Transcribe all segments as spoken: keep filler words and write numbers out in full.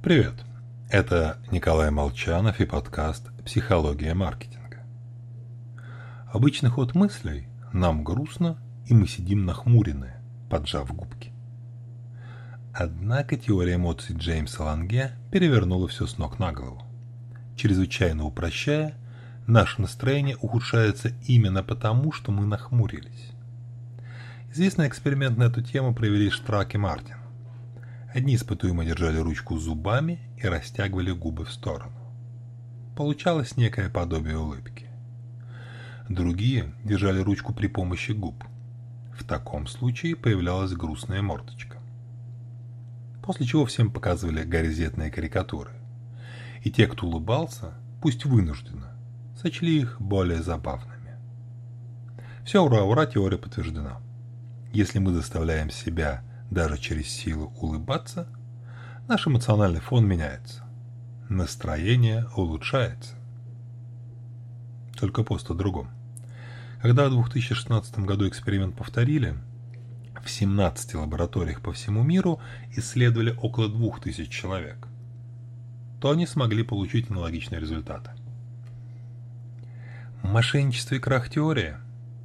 Привет! Это Николай Молчанов и подкаст «Психология маркетинга». Обычный ход мыслей: нам грустно, и мы сидим нахмуренные, поджав губки. Однако теория эмоций Джеймса Ланге перевернула все с ног на голову. Чрезвычайно упрощая, наше настроение ухудшается именно потому, что мы нахмурились. Известный эксперимент на эту тему провели Штрак и Мартин. Одни испытуемые держали ручку зубами и растягивали губы в сторону. Получалось некое подобие улыбки. Другие держали ручку при помощи губ. В таком случае появлялась грустная мордочка. После чего всем показывали газетные карикатуры. И те, кто улыбался, пусть вынужденно, сочли их более забавными. Все, ура, ура, теория подтверждена. Если мы заставляем себя даже через силу улыбаться, наш эмоциональный фон меняется. Настроение улучшается. Только пост о другом. Когда в две тысячи шестнадцатом году эксперимент повторили, в семнадцати лабораториях по всему миру исследовали около двух тысяч человек, то они смогли получить аналогичные результаты. Мошенничество и крах теории?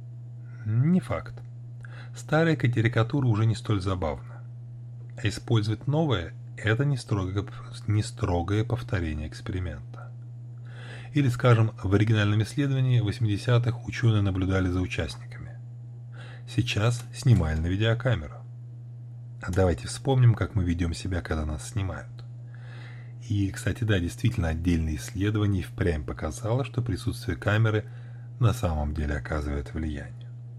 Не факт. Старая карикатура уже не столь забавна. А использовать новое – это не строгое, не строгое повторение эксперимента. Или, скажем, в оригинальном исследовании восьмидесятых ученые наблюдали за участниками. Сейчас снимали на видеокамеру. А давайте вспомним, как мы ведем себя, когда нас снимают. И, кстати, да, действительно, отдельное исследование впрямь показало, что присутствие камеры на самом деле оказывает влияние.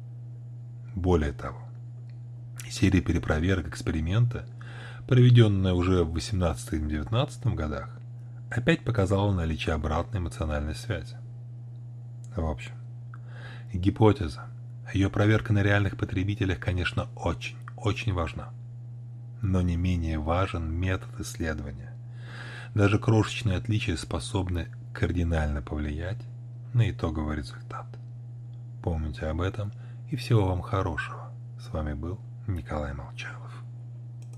Более того, серия перепроверок эксперимента, проведенная уже в восемнадцатом-девятнадцатом годах, опять показала наличие обратной эмоциональной связи. В общем, гипотеза, ее проверка на реальных потребителях, конечно, очень, очень важна. Но не менее важен метод исследования. Даже крошечные отличия способны кардинально повлиять на итоговый результат. Помните об этом. И всего вам хорошего. С вами был Николай Молчанов.